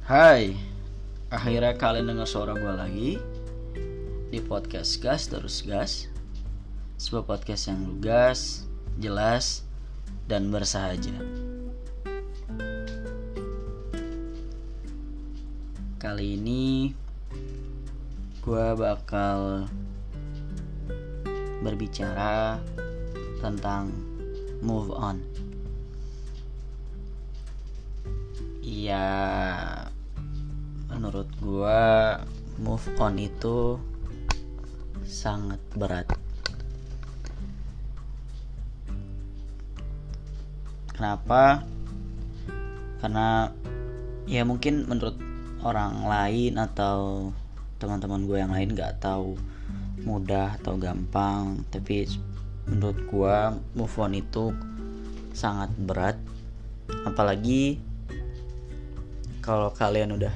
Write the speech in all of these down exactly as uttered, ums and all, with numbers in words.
Hai, akhirnya kalian dengar suara gue lagi di podcast Gas Terus Gas. Sebuah podcast yang lugas, jelas, dan bersahaja. Kali ini gue bakal berbicara tentang move on. Ya, menurut gue move on itu sangat berat. Kenapa? Karena ya mungkin menurut orang lain atau teman-teman gue yang lain gak tahu mudah atau gampang, tapi menurut gue move on itu sangat berat. Apalagi kalau kalian udah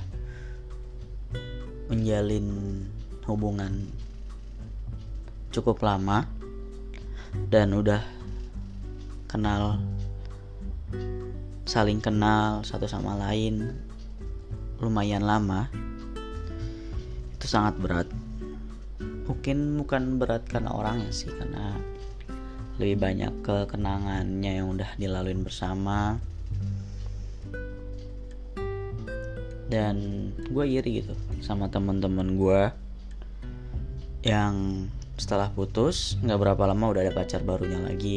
menjalin hubungan cukup lama dan udah kenal, saling kenal satu sama lain lumayan lama, itu sangat berat. Mungkin bukan berat karena orangnya sih, karena lebih banyak ke kenangannya yang udah dilaluin bersama. Dan gue iri gitu sama teman-teman gue yang setelah putus nggak berapa lama udah ada pacar barunya lagi.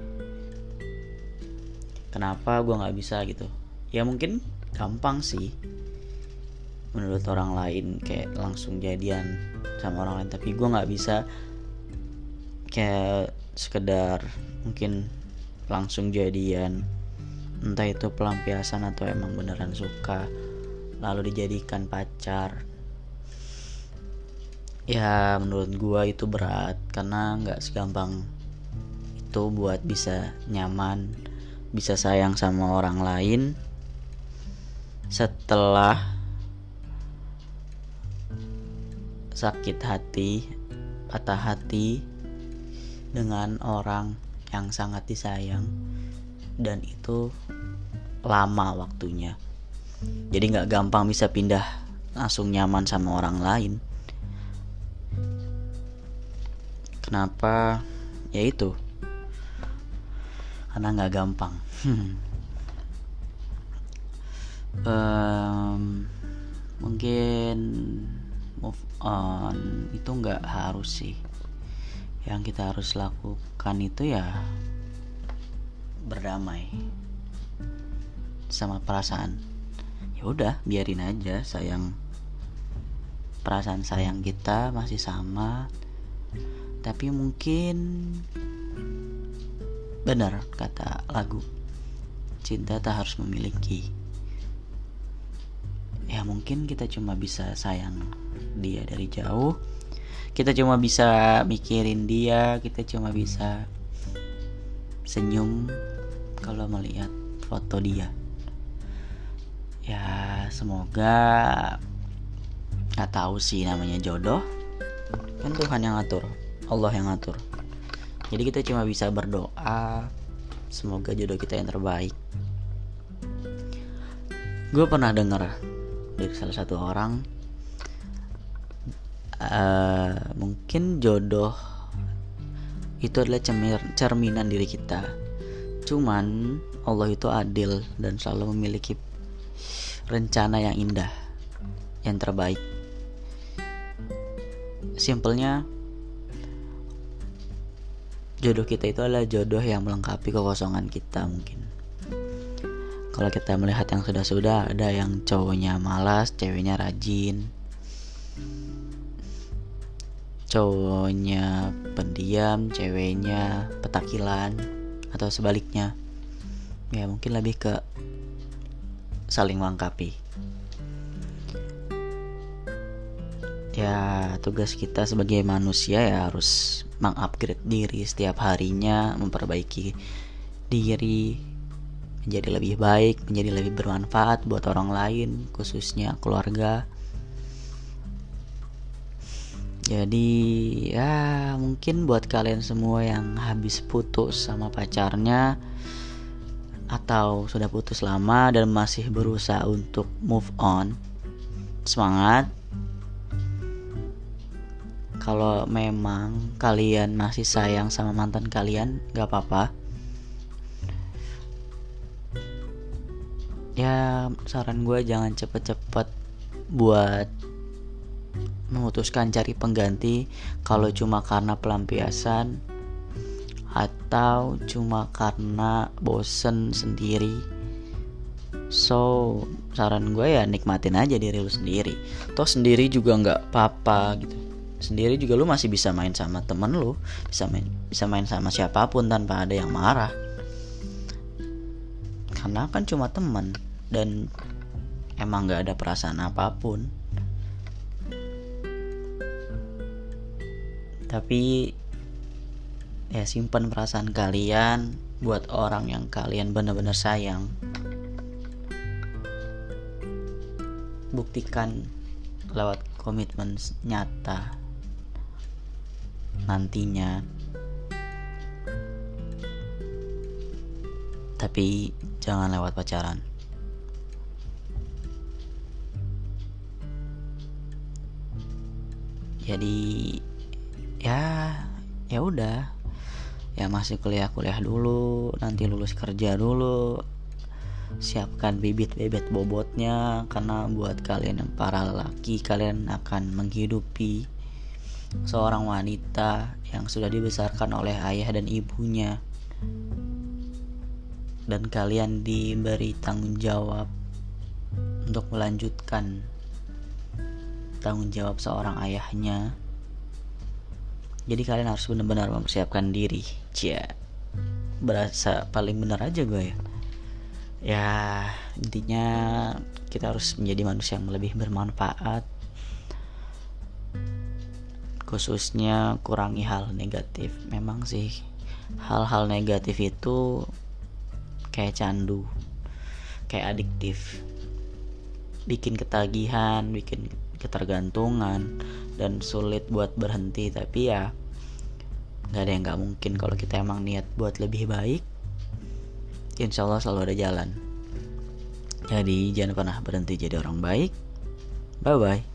Kenapa gue nggak bisa gitu? Ya mungkin gampang sih menurut orang lain, kayak langsung jadian sama orang lain, tapi gue nggak bisa kayak sekedar mungkin langsung jadian, entah itu pelampiasan atau emang beneran suka lalu dijadikan pacar. Ya menurut gua itu berat, karena gak segampang itu buat bisa nyaman, bisa sayang sama orang lain setelah sakit hati, patah hati dengan orang yang sangat disayang, dan itu lama waktunya. Jadi gak gampang bisa pindah langsung nyaman sama orang lain. Kenapa? Ya itu, karena gak gampang. um, Mungkin move on itu gak harus sih. Yang kita harus lakukan itu ya berdamai sama perasaan. Ya udah, biarin aja, sayang, perasaan sayang kita masih sama. Tapi mungkin benar kata lagu, cinta tak harus memiliki. Ya mungkin kita cuma bisa sayang dia dari jauh, kita cuma bisa mikirin dia, kita cuma bisa senyum kalau melihat foto dia. Ya semoga, gak tahu sih namanya jodoh, kan Tuhan yang ngatur, Allah yang ngatur. Jadi kita cuma bisa berdoa semoga jodoh kita yang terbaik. Gue pernah dengar dari salah satu orang, uh, mungkin jodoh itu adalah cerminan diri kita. Cuman Allah itu adil dan selalu memiliki rencana yang indah, yang terbaik. Simpelnya, jodoh kita itu adalah jodoh yang melengkapi kekosongan kita mungkin. Kalau kita melihat yang sudah-sudah, ada yang cowoknya malas, ceweknya rajin, cowoknya pendiam, ceweknya petakilan, atau sebaliknya. Ya mungkin lebih ke saling melengkapi. Ya tugas kita sebagai manusia ya harus mengupgrade diri setiap harinya, memperbaiki diri menjadi lebih baik, menjadi lebih bermanfaat buat orang lain, khususnya keluarga. Jadi ya mungkin buat kalian semua yang habis putus sama pacarnya, atau sudah putus lama dan masih berusaha untuk move on, semangat. Kalau memang kalian masih sayang sama mantan kalian, gak apa-apa. Ya saran gue jangan cepet-cepet buat memutuskan cari pengganti kalau cuma karena pelampiasan atau cuma karena bosen sendiri. So saran gue ya nikmatin aja diri lu sendiri. Toh sendiri juga gak apa-apa gitu. Sendiri juga lu masih bisa main sama temen lu, bisa main bisa main sama siapapun tanpa ada yang marah. Karena kan cuma teman dan emang gak ada perasaan apapun. Tapi ya simpan perasaan kalian buat orang yang kalian benar-benar sayang. Buktikan lewat komitmen nyata nantinya. Tapi jangan lewat pacaran. Jadi ya ya udah, ya masih kuliah-kuliah dulu, nanti lulus kerja dulu, siapkan bibit-bibit bobotnya, karena buat kalian yang para lelaki, kalian akan menghidupi seorang wanita yang sudah dibesarkan oleh ayah dan ibunya, dan kalian diberi tanggung jawab untuk melanjutkan tanggung jawab seorang ayahnya. Jadi kalian harus benar-benar mempersiapkan diri. Cia, berasa paling benar aja gue ya. Ya intinya kita harus menjadi manusia yang lebih bermanfaat, khususnya kurangi hal negatif. Memang sih hal-hal negatif itu kayak candu, kayak adiktif, bikin ketagihan, bikin ketergantungan, dan sulit buat berhenti. Tapi ya gak ada yang gak mungkin kalau kita emang niat buat lebih baik. Insya Allah selalu ada jalan. Jadi jangan pernah berhenti jadi orang baik. Bye bye.